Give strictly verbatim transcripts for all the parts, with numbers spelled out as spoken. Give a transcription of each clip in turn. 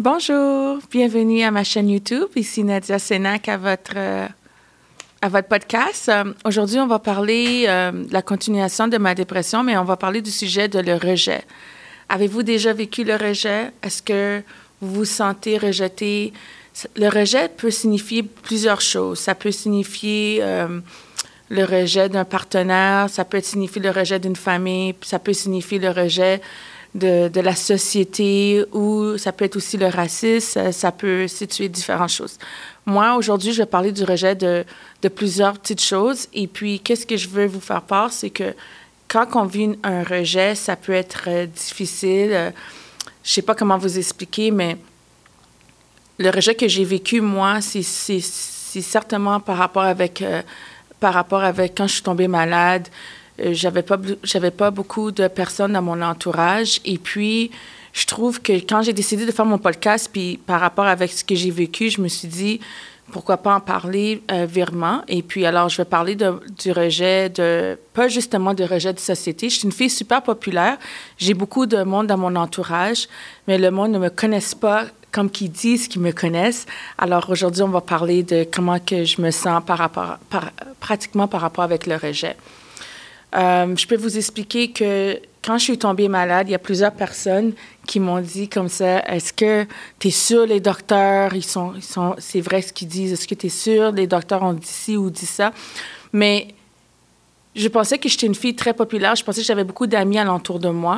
Bonjour, bienvenue à ma chaîne YouTube. Ici Nadia Sénac à votre, euh, à votre podcast. Euh, aujourd'hui, on va parler euh, de la continuation de ma dépression, mais on va parler du sujet de le rejet. Avez-vous déjà vécu le rejet? Est-ce que vous vous sentez rejeté? Le rejet peut signifier plusieurs choses. Ça peut signifier euh, le rejet d'un partenaire, ça peut signifier le rejet d'une famille, ça peut signifier le rejet De, de la société, ou ça peut être aussi le racisme, ça peut situer différentes choses. Moi, aujourd'hui, je vais parler du rejet de, de plusieurs petites choses. Et puis, qu'est-ce que je veux vous faire part, c'est que quand on vit un rejet, ça peut être euh, difficile. Euh, je ne sais pas comment vous expliquer, mais le rejet que j'ai vécu, moi, c'est, c'est, c'est certainement par rapport avec, euh, par rapport avec quand je suis tombée malade. Euh, j'avais pas, j'avais pas beaucoup de personnes dans mon entourage. Et puis, je trouve que quand j'ai décidé de faire mon podcast, puis par rapport avec ce que j'ai vécu, je me suis dit, pourquoi pas en parler euh, virement. Et puis, alors, je vais parler de, du rejet, de, pas justement de rejet de société. Je suis une fille super populaire. J'ai beaucoup de monde dans mon entourage, mais le monde ne me connaisse pas comme qu'ils disent qu'ils me connaissent. Alors, aujourd'hui, on va parler de comment que je me sens par rapport, par, pratiquement par rapport avec le rejet. Euh, je peux vous expliquer que quand je suis tombée malade, il y a plusieurs personnes qui m'ont dit comme ça, est-ce que tu es sûr les docteurs, ils sont, ils sont, c'est vrai ce qu'ils disent, est-ce que tu es sûr les docteurs ont dit ci ou dit ça? Mais je pensais que j'étais une fille très populaire, je pensais que j'avais beaucoup d'amis alentour de moi.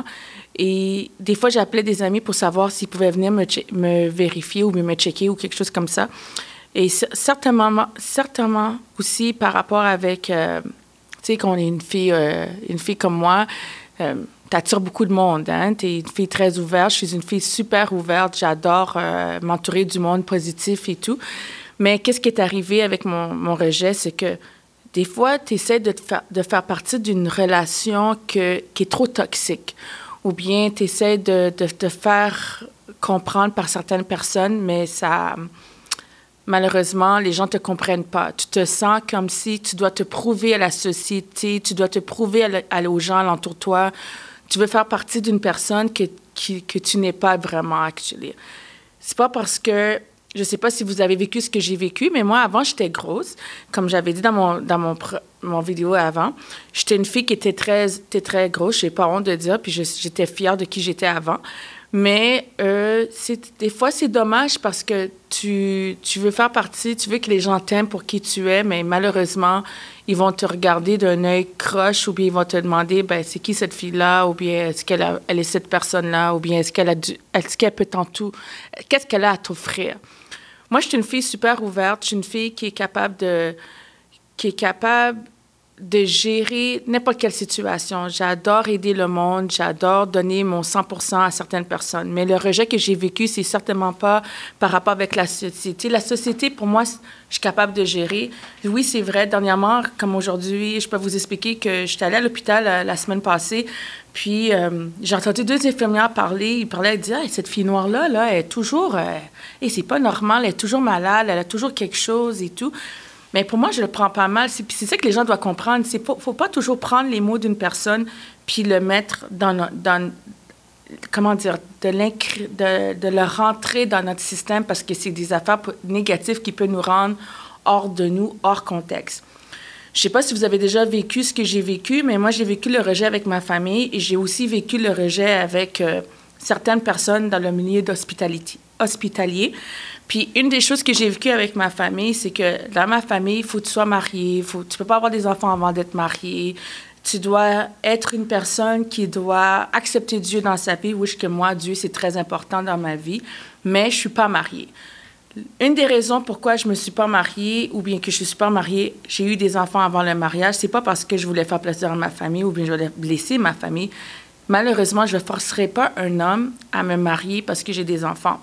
Et des fois, j'appelais des amis pour savoir s'ils pouvaient venir me, che- me vérifier ou me checker ou quelque chose comme ça. Et c- certainement, certainement aussi par rapport avec... Euh, tu sais, qu'on est une fille, euh, une fille comme moi, euh, t'attires beaucoup de monde, hein? T'es une fille très ouverte. Je suis une fille super ouverte. J'adore euh, m'entourer du monde positif et tout. Mais qu'est-ce qui est arrivé avec mon, mon rejet, c'est que des fois, tu essaies de, te fa- de faire partie d'une relation que, qui est trop toxique. Ou bien tu essaies de, de te faire comprendre par certaines personnes, mais ça... Malheureusement, les gens ne te comprennent pas. Tu te sens comme si tu dois te prouver à la société, tu dois te prouver à le, à, aux gens alentour de toi. Tu veux faire partie d'une personne que, qui, que tu n'es pas vraiment, actually. C'est pas parce que... Je sais pas si vous avez vécu ce que j'ai vécu, mais moi, avant, j'étais grosse. Comme j'avais dit dans mon, dans mon, mon vidéo avant, j'étais une fille qui était très, était très grosse. Je n'ai pas honte de dire, puis je, j'étais fière de qui j'étais avant. Mais euh, c'est, des fois, c'est dommage parce que tu, tu veux faire partie, tu veux que les gens t'aiment pour qui tu es, mais malheureusement, ils vont te regarder d'un œil croche ou bien ils vont te demander, ben c'est qui cette fille-là, ou bien est-ce qu'elle a, elle est cette personne-là, ou bien est-ce qu'elle a du, est-ce qu'elle peut t'en tout, qu'est-ce qu'elle a à t'offrir? Moi, je suis une fille super ouverte, je suis une fille qui est capable de, qui est capable de gérer n'importe quelle situation. J'adore aider le monde, j'adore donner mon cent pour cent à certaines personnes. Mais le rejet que j'ai vécu, c'est certainement pas par rapport avec la société. La société, pour moi, je suis capable de gérer. Oui, c'est vrai, dernièrement, comme aujourd'hui, je peux vous expliquer que j'étais allée à l'hôpital la, la semaine passée, puis euh, j'ai entendu deux infirmières parler. Ils parlaient, elles disaient, hey, cette fille noire-là, là, elle est toujours... Euh, hey, c'est pas normal, elle est toujours malade, elle a toujours quelque chose et tout. Mais pour moi, je le prends pas mal. C'est, puis c'est ça que les gens doivent comprendre. Il ne faut pas toujours prendre les mots d'une personne puis le mettre dans... dans comment dire? De, de, de le rentrer dans notre système parce que c'est des affaires négatives qui peuvent nous rendre hors de nous, hors contexte. Je ne sais pas si vous avez déjà vécu ce que j'ai vécu, mais moi, j'ai vécu le rejet avec ma famille et j'ai aussi vécu le rejet avec euh, certaines personnes dans le milieu d'hospitalité, hospitalier. Puis une des choses que j'ai vécues avec ma famille, c'est que dans ma famille, il faut que tu sois marié, faut, tu ne peux pas avoir des enfants avant d'être marié. Tu dois être une personne qui doit accepter Dieu dans sa vie. Oui, que moi, Dieu, c'est très important dans ma vie, mais je ne suis pas mariée. Une des raisons pourquoi je ne me suis pas mariée ou bien que je ne suis pas mariée, j'ai eu des enfants avant le mariage, c'est pas parce que je voulais faire plaisir à ma famille ou bien je voulais blesser ma famille. Malheureusement, je ne forcerai pas un homme à me marier parce que j'ai des enfants.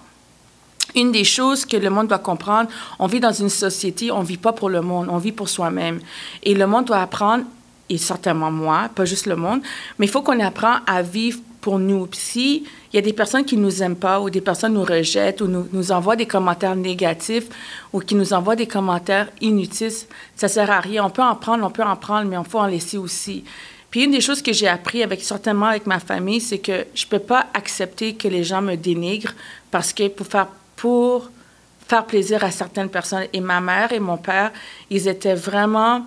Une des choses que le monde doit comprendre, on vit dans une société, on ne vit pas pour le monde, on vit pour soi-même. Et le monde doit apprendre, et certainement moi, pas juste le monde, mais il faut qu'on apprenne à vivre pour nous. Puis s'il y a des personnes qui ne nous aiment pas ou des personnes nous rejettent ou nous, nous envoient des commentaires négatifs ou qui nous envoient des commentaires inutiles, ça ne sert à rien. On peut en prendre, on peut en prendre, mais il faut en laisser aussi. Puis une des choses que j'ai appris avec, certainement avec ma famille, c'est que je peux pas accepter que les gens me dénigrent parce que pour faire, pour faire plaisir à certaines personnes. Et ma mère et mon père, ils étaient vraiment...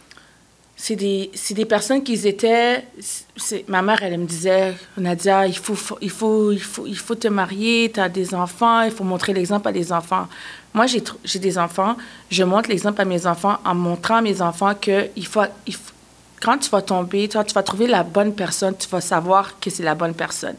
C'est des, c'est des personnes qui étaient... C'est, ma mère, elle me disait, Nadia, il faut, il faut, il faut, il faut te marier, tu as des enfants, il faut montrer l'exemple à des enfants. Moi, j'ai, j'ai des enfants, je montre l'exemple à mes enfants en montrant à mes enfants que il faut, il faut, quand tu vas tomber, toi, tu vas trouver la bonne personne, tu vas savoir que c'est la bonne personne.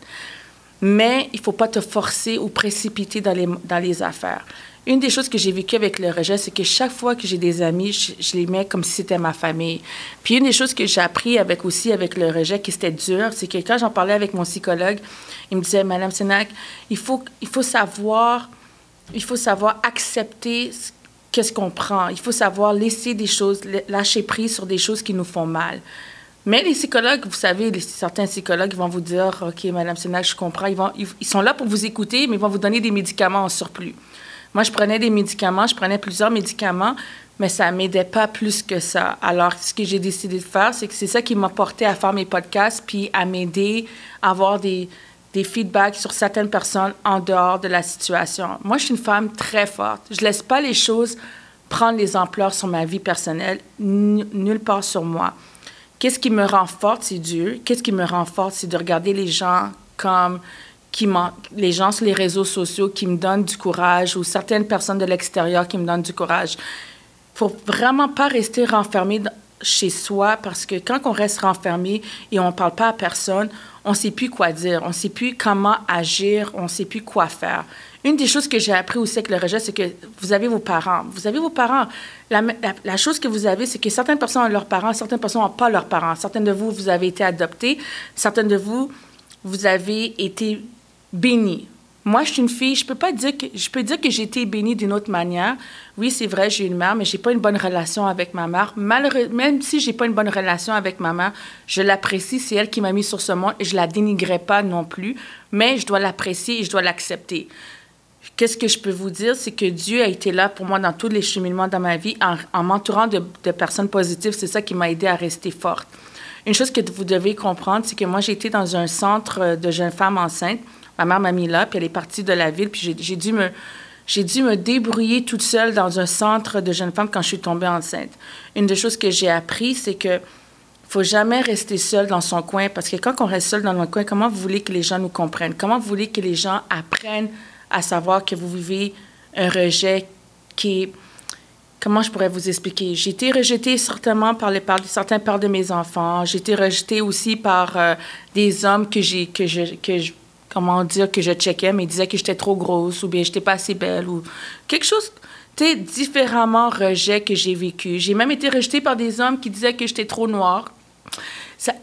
Mais il ne faut pas te forcer ou précipiter dans les, dans les affaires. Une des choses que j'ai vécues avec le rejet, c'est que chaque fois que j'ai des amis, je, je les mets comme si c'était ma famille. Puis une des choses que j'ai appris avec, aussi avec le rejet, qui c'était dur, c'est que quand j'en parlais avec mon psychologue, il me disait, Madame Sénac, il faut, il faut savoir, il faut savoir accepter qu'est-ce qu'on prend. Il faut savoir laisser des choses, lâcher prise sur des choses qui nous font mal. Mais les psychologues, vous savez, les, certains psychologues vont vous dire, OK, Madame Sénac, je comprends. Ils, vont, ils, ils sont là pour vous écouter, mais ils vont vous donner des médicaments en surplus. Moi, je prenais des médicaments, je prenais plusieurs médicaments, mais ça ne m'aidait pas plus que ça. Alors, ce que j'ai décidé de faire, c'est que c'est ça qui m'a porté à faire mes podcasts, puis à m'aider à avoir des, des feedbacks sur certaines personnes en dehors de la situation. Moi, je suis une femme très forte. Je ne laisse pas les choses prendre les ampleurs sur ma vie personnelle, n- nulle part sur moi. Qu'est-ce qui me rend forte, c'est Dieu. Qu'est-ce qui me rend forte, c'est de regarder les gens comme... Qui les gens sur les réseaux sociaux qui me donnent du courage ou certaines personnes de l'extérieur qui me donnent du courage. Il ne faut vraiment pas rester renfermé chez soi parce que quand on reste renfermé et on ne parle pas à personne, on ne sait plus quoi dire, on ne sait plus comment agir, on ne sait plus quoi faire. Une des choses que j'ai appris aussi avec le rejet, c'est que vous avez vos parents. Vous avez vos parents. La, la, la chose que vous avez, c'est que certaines personnes ont leurs parents, certaines personnes n'ont pas leurs parents. Certaines de vous, vous avez été adoptés. Certaines de vous, vous avez été bénie. Moi, je suis une fille, je peux pas dire que je peux dire que j'ai été bénie d'une autre manière. Oui, c'est vrai, j'ai une mère, mais j'ai pas une bonne relation avec ma mère. Malheureux, même si j'ai pas une bonne relation avec ma mère, je l'apprécie, c'est elle qui m'a mis sur ce monde et je la dénigrerai pas non plus, mais je dois l'apprécier et je dois l'accepter. Qu'est-ce que je peux vous dire, c'est que Dieu a été là pour moi dans tous les cheminements dans ma vie, en, en m'entourant de, de personnes positives, c'est ça qui m'a aidée à rester forte. Une chose que vous devez comprendre, c'est que moi, j'ai été dans un centre de jeunes femmes enceintes. Ma mère m'a mis là, puis elle est partie de la ville, puis j'ai, j'ai, dû me, j'ai dû me débrouiller toute seule dans un centre de jeunes femmes quand je suis tombée enceinte. Une des choses que j'ai appris, c'est que faut jamais rester seul dans son coin, parce que quand on reste seul dans notre coin, comment vous voulez que les gens nous comprennent? Comment vous voulez que les gens apprennent à savoir que vous vivez un rejet qui est... Comment je pourrais vous expliquer? J'ai été rejetée certainement par, les, par certains pères de mes enfants. J'ai été rejetée aussi par euh, des hommes que j'ai... Que je, que je comment dire, que je checkais, mais ils disaient que j'étais trop grosse ou bien j'étais pas assez belle ou quelque chose, tu sais, différemment rejet que j'ai vécu. J'ai même été rejetée par des hommes qui disaient que j'étais trop noire. Ça,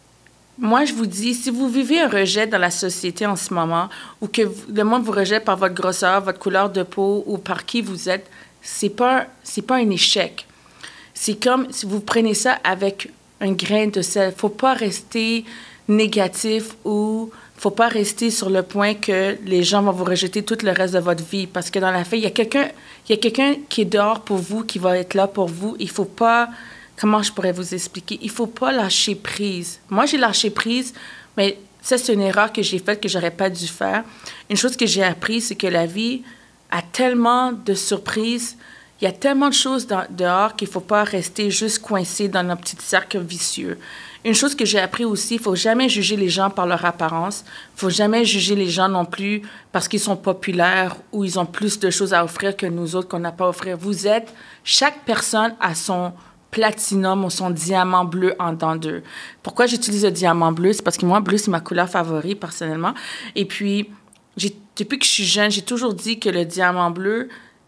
moi, je vous dis, si vous vivez un rejet dans la société en ce moment ou que vous, le monde vous rejette par votre grosseur, votre couleur de peau ou par qui vous êtes, c'est pas, c'est pas un échec. C'est comme si vous prenez ça avec un grain de sel. Faut pas rester négatif ou faut pas rester sur le point que les gens vont vous rejeter tout le reste de votre vie. Parce que dans la fait, il y a quelqu'un, il y a quelqu'un qui est dehors pour vous, qui va être là pour vous. Il faut pas... Comment je pourrais vous expliquer? Il faut pas lâcher prise. Moi, j'ai lâché prise, mais ça, c'est une erreur que j'ai faite que j'aurais pas dû faire. Une chose que j'ai appris, c'est que la vie a tellement de surprises. Il y a tellement de choses dans, dehors qu'il faut pas rester juste coincé dans notre petit cercle vicieux. Une chose que j'ai appris aussi, il faut jamais juger les gens par leur apparence. Il faut jamais juger les gens non plus parce qu'ils sont populaires ou ils ont plus de choses à offrir que nous autres qu'on n'a pas à offrir. Vous êtes, chaque personne a son platinum ou son diamant bleu en dedans d'eux. Pourquoi j'utilise le diamant bleu? C'est parce que moi, bleu, c'est ma couleur favorite, personnellement. Et puis, j'ai, depuis que je suis jeune, j'ai toujours dit que le diamant bleu,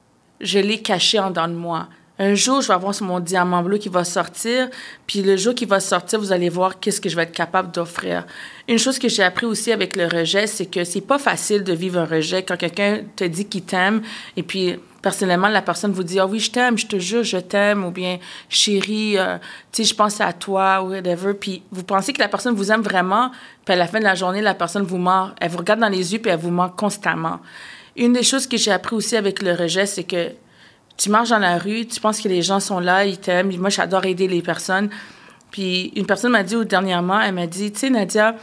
je l'ai caché en dedans de moi. Un jour, je vais avoir mon diamant bleu qui va sortir, puis le jour qu'il va sortir, vous allez voir qu'est-ce que je vais être capable d'offrir. Une chose que j'ai appris aussi avec le rejet, c'est que c'est pas facile de vivre un rejet quand quelqu'un te dit qu'il t'aime, et puis personnellement, la personne vous dit « Ah oui, je t'aime, je te jure, je t'aime », ou bien « Chérie, euh, tu sais, je pense à toi », ou whatever, puis vous pensez que la personne vous aime vraiment, puis à la fin de la journée, la personne vous ment, elle vous regarde dans les yeux, puis elle vous ment constamment. Une des choses que j'ai appris aussi avec le rejet, c'est que tu marches dans la rue, tu penses que les gens sont là, ils t'aiment. Moi, j'adore aider les personnes. Puis une personne m'a dit dernièrement, elle m'a dit, tu sais, Nadia,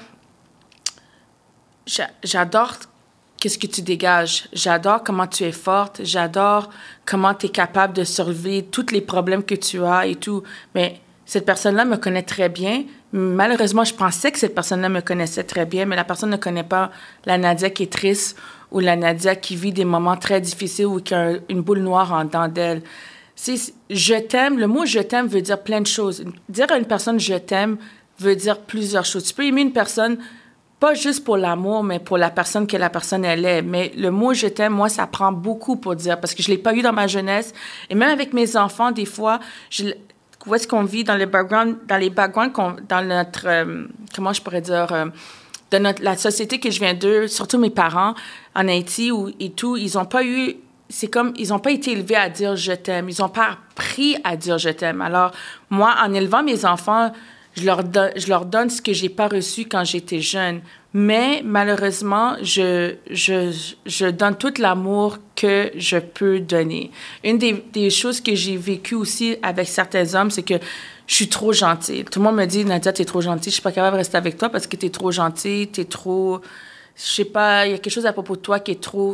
j'a- j'adore qu'est-ce que tu dégages. J'adore comment tu es forte. J'adore comment tu es capable de surlever tous les problèmes que tu as et tout. Mais cette personne-là me connaît très bien. Malheureusement, je pensais que cette personne-là me connaissait très bien, mais la personne ne connaît pas la Nadia qui est triste ou la Nadia qui vit des moments très difficiles ou qui a un- une boule noire en dedans d'elle. C'est, je t'aime, le mot je t'aime veut dire plein de choses. Dire à une personne je t'aime veut dire plusieurs choses. Tu peux aimer une personne pas juste pour l'amour, mais pour la personne que la personne elle est. Mais le mot je t'aime, moi, ça prend beaucoup pour dire, parce que je l'ai pas eu dans ma jeunesse. Et même avec mes enfants, des fois, je, où est-ce qu'on vit dans les backgrounds, dans les backgrounds, qu'on, dans notre, euh, comment je pourrais dire, euh, de notre, la société que je viens d'eux, surtout mes parents en Haïti ou, et tout, ils ont pas eu, c'est comme, ils ont pas été élevés à dire je t'aime. Ils ont pas appris à dire je t'aime. Alors, moi, en élevant mes enfants, Je leur, don- je leur donne ce que j'ai pas reçu quand j'étais jeune. Mais malheureusement, je, je, je donne tout l'amour que je peux donner. Une des, des choses que j'ai vécues aussi avec certains hommes, c'est que je suis trop gentille. Tout le monde me dit, Nadia, t'es trop gentille. Je suis pas capable de rester avec toi parce que t'es trop gentille, t'es trop... Je sais pas, il y a quelque chose à propos de toi qui est trop...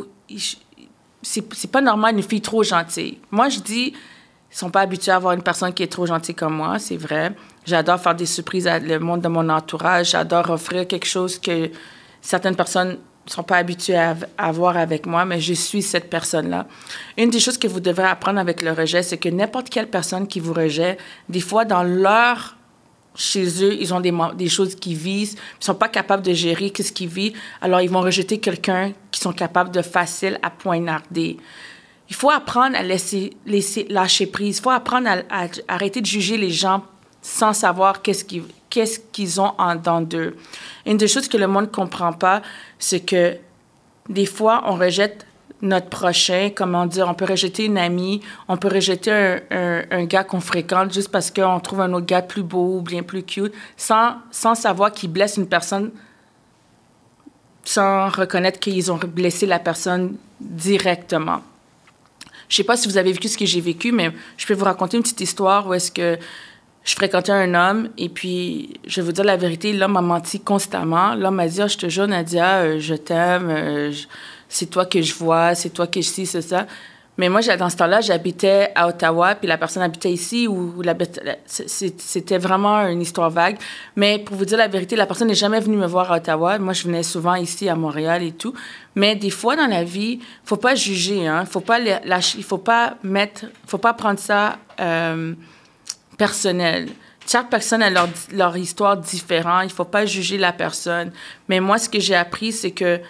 C'est, c'est pas normal, une fille trop gentille. Moi, je dis... Ils sont pas habitués à avoir une personne qui est trop gentille comme moi, c'est vrai. J'adore faire des surprises à le monde de mon entourage. J'adore offrir quelque chose que certaines personnes ne sont pas habituées à, à avoir avec moi, mais je suis cette personne-là. Une des choses que vous devrez apprendre avec le rejet, c'est que n'importe quelle personne qui vous rejette, des fois, dans leur... Chez eux, ils ont des, des choses qu'ils visent, ils sont pas capables de gérer qu'est-ce qu'ils vivent, alors ils vont rejeter quelqu'un qui sont capables de facile à poignarder. Il faut apprendre à laisser, laisser lâcher prise. Il faut apprendre à, à, à arrêter de juger les gens sans savoir qu'est-ce qu'ils, qu'est-ce qu'ils ont en dedans d'eux. Une des choses que le monde ne comprend pas, c'est que des fois, on rejette notre prochain, comment dire, on peut rejeter une amie, on peut rejeter un, un, un gars qu'on fréquente juste parce qu'on trouve un autre gars plus beau ou bien plus cute, sans, sans savoir qu'il blesse une personne, sans reconnaître qu'ils ont blessé la personne directement. Je sais pas si vous avez vécu ce que j'ai vécu, mais je peux vous raconter une petite histoire où est-ce que je fréquentais un homme et puis, je vais vous dire la vérité, l'homme m'a menti constamment. L'homme m'a dit, oh, je te jure, Nadia, euh, je t'aime, euh, je, c'est toi que je vois, c'est toi que je suis, c'est ça. Mais moi, dans ce temps-là, j'habitais à Ottawa, puis la personne habitait ici, où la, c'était vraiment une histoire vague. Mais pour vous dire la vérité, la personne n'est jamais venue me voir à Ottawa. Moi, je venais souvent ici, à Montréal et tout. Mais des fois, dans la vie, faut pas juger, hein. Faut pas lâcher, il faut pas mettre, faut pas prendre ça euh, personnel. Chaque personne a leur, leur histoire différente. Il faut pas juger la personne. Mais moi, ce que j'ai appris, c'est que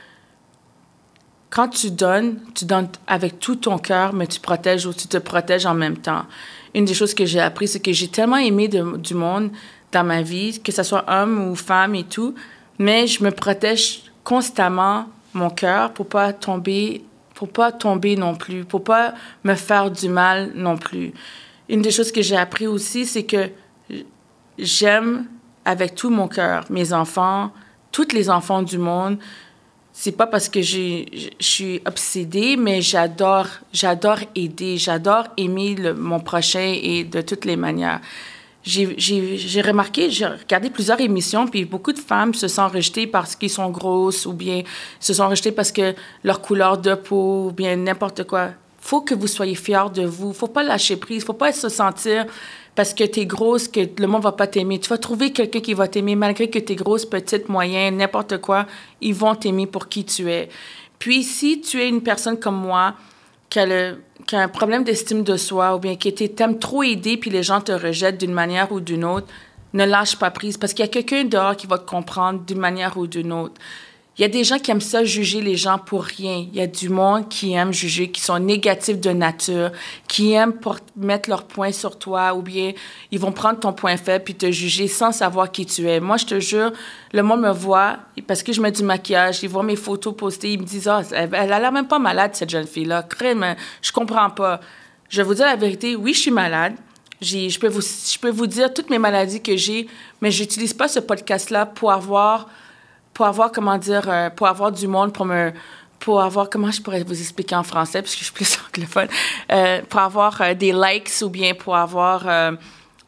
quand tu donnes, tu donnes avec tout ton cœur, mais tu protèges ou tu te protèges en même temps. Une des choses que j'ai appris, c'est que j'ai tellement aimé de, du monde dans ma vie, que ce soit homme ou femme et tout, mais je me protège constamment mon cœur pour pas tomber, pour pas tomber non plus, pour pas me faire du mal non plus. Une des choses que j'ai appris aussi, c'est que j'aime avec tout mon cœur mes enfants, tous les enfants du monde. C'est pas parce que je suis obsédée, mais j'adore, j'adore aider, j'adore aimer le, mon prochain et de toutes les manières. J'ai, j'ai, j'ai remarqué, j'ai regardé plusieurs émissions, puis beaucoup de femmes se sont rejetées parce qu'ils sont grosses ou bien se sont rejetées parce que leur couleur de peau ou bien n'importe quoi. Faut que vous soyez fiers de vous. Faut pas lâcher prise. Faut pas se sentir parce que t'es grosse que le monde va pas t'aimer. Tu vas trouver quelqu'un qui va t'aimer malgré que t'es grosse, petite, moyenne, n'importe quoi. Ils vont t'aimer pour qui tu es. Puis si tu es une personne comme moi qui a, le, qui a un problème d'estime de soi ou bien qui t'aime trop aider puis les gens te rejettent d'une manière ou d'une autre, ne lâche pas prise parce qu'il y a quelqu'un dehors qui va te comprendre d'une manière ou d'une autre. Il y a des gens qui aiment ça, juger les gens pour rien. Il y a du monde qui aime juger, qui sont négatifs de nature, qui aiment pour mettre leur point sur toi ou bien ils vont prendre ton point faible puis te juger sans savoir qui tu es. Moi, je te jure, le monde me voit parce que je mets du maquillage, ils voient mes photos postées, ils me disent « Ah, oh, elle, elle a l'air même pas malade, cette jeune fille-là. Crème, je comprends pas. » Je vais vous dire la vérité, oui, je suis malade. J'ai, je peux vous, je peux vous dire toutes mes maladies que j'ai, mais j'utilise pas ce podcast-là pour avoir... pour avoir, comment dire, euh, pour avoir du monde, pour me, pour avoir, comment je pourrais vous expliquer en français, parce que je suis plus anglophone, euh, pour avoir euh, des likes ou bien pour avoir, euh,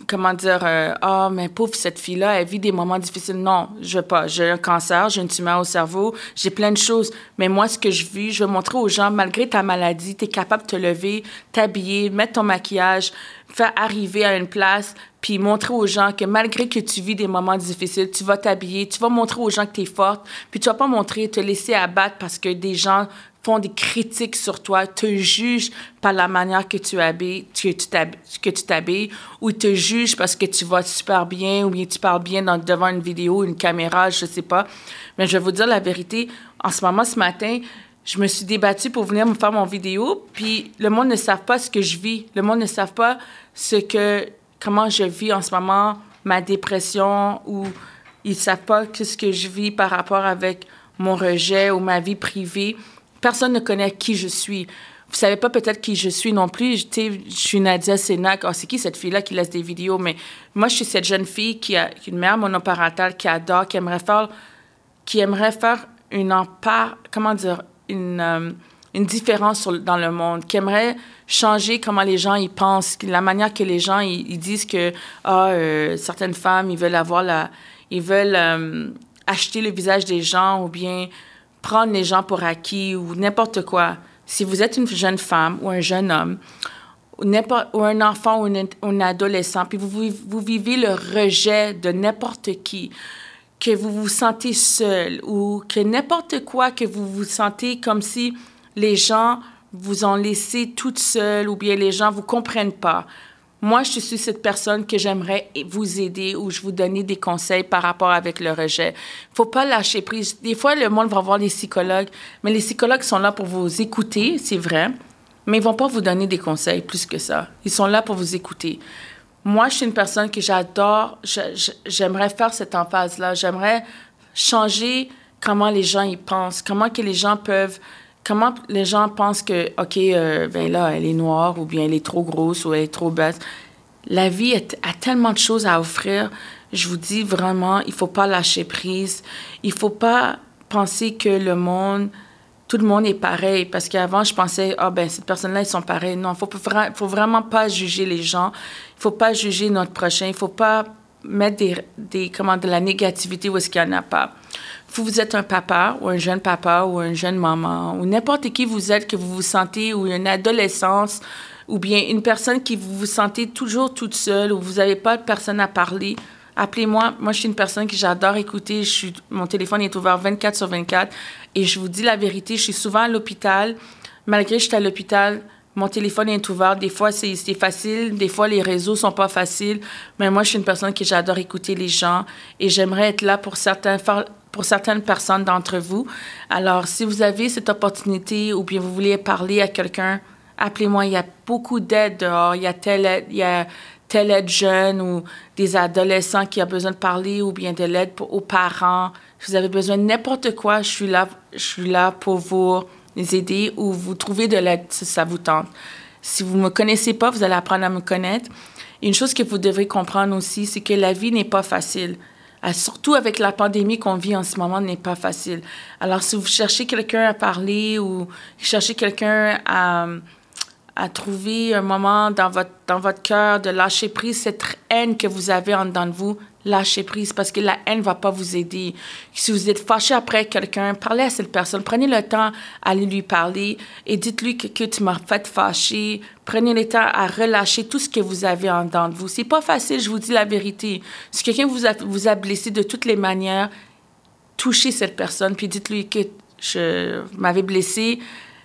comment dire, euh, ah, mais pauvre cette fille-là, elle vit des moments difficiles. Non, je veux pas. J'ai un cancer, j'ai une tumeur au cerveau, j'ai plein de choses. Mais moi, ce que je vis, je veux montrer aux gens, malgré ta maladie, tu es capable de te lever, t'habiller, mettre ton maquillage, faire arriver à une place, puis montrer aux gens que malgré que tu vis des moments difficiles, tu vas t'habiller, tu vas montrer aux gens que tu es forte, puis tu vas pas montrer, te laisser abattre parce que des gens font des critiques sur toi, te jugent par la manière que tu habilles, que tu t'habilles, que tu t'habilles, ou te jugent parce que tu vas super bien, ou bien tu parles bien dans, devant une vidéo, une caméra, je sais pas. Mais je vais vous dire la vérité, en ce moment, ce matin, je me suis débattue pour venir me faire mon vidéo, puis le monde ne savent pas ce que je vis. Le monde ne savent pas ce que, comment je vis en ce moment, ma dépression, ou ils savent pas ce que je vis par rapport avec mon rejet ou ma vie privée. Personne ne connaît qui je suis. Vous savez pas peut-être qui je suis non plus. Tu sais, je suis Nadia Sénac. Oh, c'est qui cette fille-là qui laisse des vidéos? Mais moi, je suis cette jeune fille qui a une mère monoparentale, qui adore, qui aimerait faire, qui aimerait faire une empare, comment dire, une, euh, une différence sur, dans le monde, qui aimerait changer comment les gens y pensent, la manière que les gens ils, ils disent que ah, euh, certaines femmes, ils veulent avoir la, ils veulent euh, acheter le visage des gens ou bien prendre les gens pour acquis ou n'importe quoi. Si vous êtes une jeune femme ou un jeune homme ou, ou un enfant ou une, un adolescent, puis vous, vous vivez le rejet de n'importe qui, que vous vous sentez seul ou que n'importe quoi, que vous vous sentez comme si les gens vous ont laissé toute seule ou bien les gens ne vous comprennent pas. Moi, je suis cette personne que j'aimerais vous aider ou je vous donner des conseils par rapport avec le rejet. Il ne faut pas lâcher prise. Des fois, le monde va voir les psychologues, mais les psychologues sont là pour vous écouter, c'est vrai, mais ils ne vont pas vous donner des conseils plus que ça. Ils sont là pour vous écouter. Moi, je suis une personne que j'adore, je, j'aimerais faire cette emphase-là. J'aimerais changer comment les gens y pensent, comment que les gens peuvent... Comment les gens pensent que, OK, euh, ben là, elle est noire ou bien elle est trop grosse ou elle est trop basse. La vie est, a tellement de choses à offrir. Je vous dis vraiment, il ne faut pas lâcher prise. Il ne faut pas penser que le monde, tout le monde est pareil. Parce qu'avant, je pensais, ah, ben ces personnes-là, ils sont pareils. Non, il ne faut vraiment pas juger les gens. Il ne faut pas juger notre prochain. Il ne faut pas mettre des, des, comment, de la négativité où est-ce qu'il n'y en a pas. Vous êtes un papa ou un jeune papa ou une jeune maman ou n'importe qui vous êtes, que vous vous sentez, ou une adolescence, ou bien une personne qui vous vous sentez toujours toute seule ou vous n'avez pas de personne à parler, appelez-moi. Moi, je suis une personne que j'adore écouter. Je suis, mon téléphone est ouvert vingt-quatre sur vingt-quatre et je vous dis la vérité, je suis souvent à l'hôpital. Malgré que je suis à l'hôpital, mon téléphone est ouvert. Des fois, c'est, c'est facile. Des fois, les réseaux sont pas faciles. Mais moi, je suis une personne que j'adore écouter les gens et j'aimerais être là pour certains, pour certaines personnes d'entre vous. Alors, si vous avez cette opportunité ou bien vous voulez parler à quelqu'un, appelez-moi. Il y a beaucoup d'aide dehors. Il y a telle aide, il y a telle aide jeune ou des adolescents qui ont besoin de parler ou bien de l'aide pour, aux parents. Si vous avez besoin de n'importe quoi, je suis là, je suis là pour vous les aider ou vous trouver de l'aide si ça vous tente. Si vous ne me connaissez pas, vous allez apprendre à me connaître. Et une chose que vous devrez comprendre aussi, c'est que la vie n'est pas facile. Surtout avec la pandémie qu'on vit en ce moment, n'est pas facile. Alors, si vous cherchez quelqu'un à parler ou cherchez quelqu'un à, à trouver un moment dans votre, dans votre cœur de lâcher prise, cette haine que vous avez en dedans de vous, lâchez prise parce que la haine ne va pas vous aider. Si vous êtes fâché après quelqu'un, parlez à cette personne. Prenez le temps à aller lui parler et dites-lui que, que tu m'as fait fâcher. Prenez le temps à relâcher tout ce que vous avez en dedans de vous. C'est pas facile, je vous dis la vérité. Si quelqu'un vous a, vous a blessé de toutes les manières, touchez cette personne puis dites-lui que je m'avais blessé.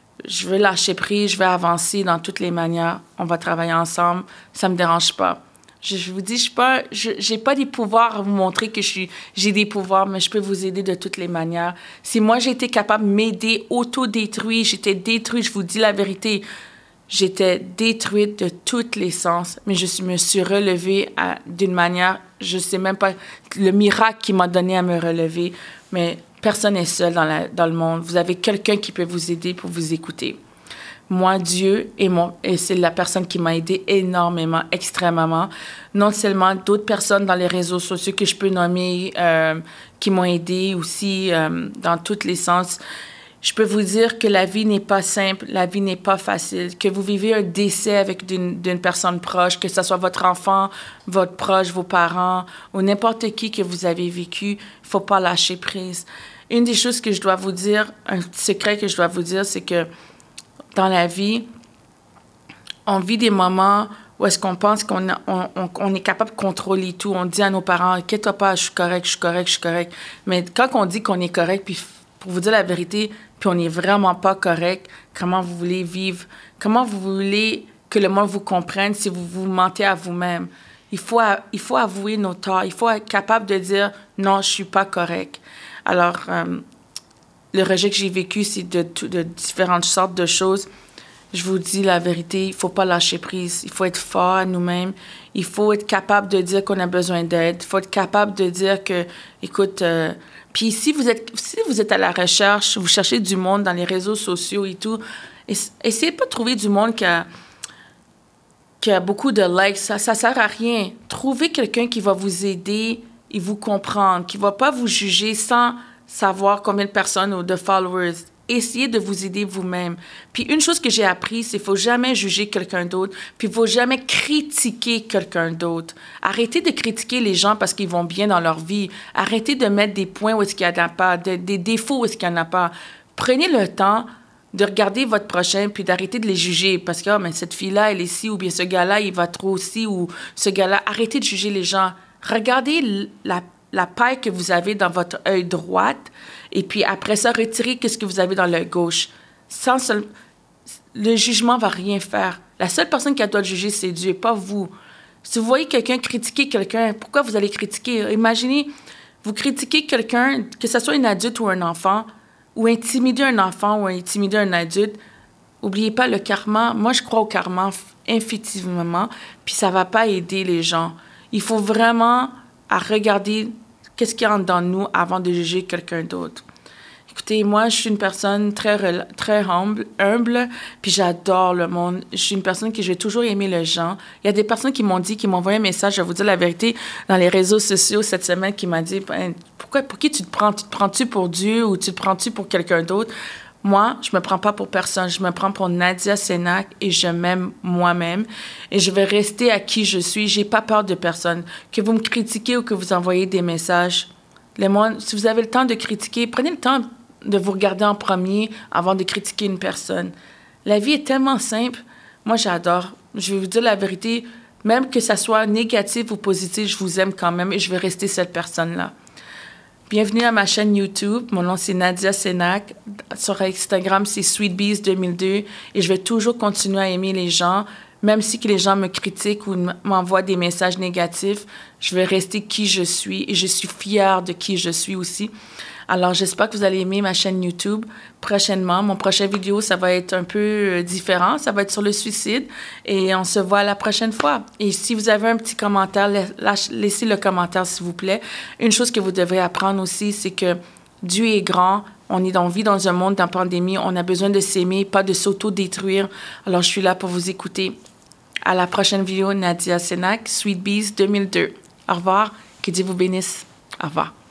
Je veux lâcher prise, je veux avancer dans toutes les manières. On va travailler ensemble. Ça me dérange pas. Je, je vous dis, je pas, je, j'ai pas des pouvoirs à vous montrer que je suis, j'ai des pouvoirs, mais je peux vous aider de toutes les manières. Si moi, j'ai été capable de m'aider, auto-détruire, j'étais détruite, je vous dis la vérité, j'étais détruite de tous les sens, mais je me suis relevée à, d'une manière, je sais même pas, le miracle qui m'a donné à me relever, mais personne n'est seul dans, la, dans le monde. Vous avez quelqu'un qui peut vous aider pour vous écouter. Moi, Dieu, et, mon, et c'est la personne qui m'a aidé énormément, extrêmement. Non seulement d'autres personnes dans les réseaux sociaux que je peux nommer, euh, qui m'ont aidé aussi euh, dans tous les sens. Je peux vous dire que la vie n'est pas simple, la vie n'est pas facile, que vous vivez un décès avec d'une, d'une personne proche, que ce soit votre enfant, votre proche, vos parents ou n'importe qui que vous avez vécu, il ne faut pas lâcher prise. Une des choses que je dois vous dire, un secret que je dois vous dire, c'est que dans la vie, on vit des moments où est-ce qu'on pense qu'on a, on, on, on est capable de contrôler tout. On dit à nos parents, « Inquiète-toi pas, je suis correct, je suis correct, je suis correct. » Mais quand on dit qu'on est correct, puis pour vous dire la vérité, puis on n'est vraiment pas correct, comment vous voulez vivre? Comment vous voulez que le monde vous comprenne si vous vous mentez à vous-même? Il faut, il faut avouer nos torts. Il faut être capable de dire, « Non, je suis pas correct. » Alors, euh, le rejet que j'ai vécu, c'est de, de différentes sortes de choses. Je vous dis la vérité, il ne faut pas lâcher prise. Il faut être fort à nous-mêmes. Il faut être capable de dire qu'on a besoin d'aide. Il faut être capable de dire que, écoute, euh, puis si vous êtes, si vous êtes à la recherche, vous cherchez du monde dans les réseaux sociaux et tout, essayez pas de trouver du monde qui a, qui a beaucoup de likes. Ça ne sert à rien. Trouvez quelqu'un qui va vous aider et vous comprendre, qui ne va pas vous juger sans savoir combien de personnes ou de followers. Essayez de vous aider vous-même. Puis une chose que j'ai appris, c'est qu'il ne faut jamais juger quelqu'un d'autre, puis il ne faut jamais critiquer quelqu'un d'autre. Arrêtez de critiquer les gens parce qu'ils vont bien dans leur vie. Arrêtez de mettre des points où est-ce qu'il n'y en a pas, de, des défauts où est-ce qu'il n'y en a pas. Prenez le temps de regarder votre prochain, puis d'arrêter de les juger parce que oh, mais cette fille-là, elle est ci, ou bien ce gars-là, il va trop ci, ou ce gars-là. Arrêtez de juger les gens. Regardez la, la paille que vous avez dans votre œil droit, et puis après ça, retirez ce que vous avez dans l'œil gauche. Sans seul... Le jugement ne va rien faire. La seule personne qui doit le juger, c'est Dieu, pas vous. Si vous voyez quelqu'un critiquer quelqu'un, pourquoi vous allez critiquer? Imaginez, vous critiquez quelqu'un, que ce soit un adulte ou un enfant, ou intimider un enfant ou intimider un adulte. N'oubliez pas le karma. Moi, je crois au karma infiniment, puis ça ne va pas aider les gens. Il faut vraiment à regarder qu'est-ce qu'il y a en dedans de nous avant de juger quelqu'un d'autre. Écoutez, moi, je suis une personne très, très humble, humble, puis j'adore le monde. Je suis une personne qui, j'ai toujours aimé les gens. Il y a des personnes qui m'ont dit, qui m'ont envoyé un message, je vais vous dire la vérité, dans les réseaux sociaux cette semaine, qui m'a dit, pourquoi, pour qui tu te prends? Tu te prends-tu pour Dieu ou tu te prends-tu pour quelqu'un d'autre? Moi, je me prends pas pour personne. Je me prends pour Nadia Sénac et je m'aime moi-même. Et je vais rester à qui je suis. J'ai pas peur de personne. Que vous me critiquez ou que vous envoyez des messages. Les moines, si vous avez le temps de critiquer, prenez le temps de vous regarder en premier avant de critiquer une personne. La vie est tellement simple. Moi, j'adore. Je vais vous dire la vérité. Même que ça soit négatif ou positif, je vous aime quand même et je vais rester cette personne-là. Bienvenue à ma chaîne YouTube. Mon nom, c'est Nadia Sénac. Sur Instagram, c'est Sweetbees deux mille deux. Et je vais toujours continuer à aimer les gens. Même si que les gens me critiquent ou m'envoient des messages négatifs, je vais rester qui je suis. Et je suis fière de qui je suis aussi. Alors, j'espère que vous allez aimer ma chaîne YouTube prochainement. Mon prochain vidéo, ça va être un peu différent. Ça va être sur le suicide. Et on se voit la prochaine fois. Et si vous avez un petit commentaire, laissez le commentaire, s'il vous plaît. Une chose que vous devrez apprendre aussi, c'est que Dieu est grand. On est on vit dans un monde en pandémie. On a besoin de s'aimer, pas de s'auto-détruire. Alors, je suis là pour vous écouter. À la prochaine vidéo, Nadia Sénac, Sweetbees deux mille deux. Au revoir. Que Dieu vous bénisse. Au revoir.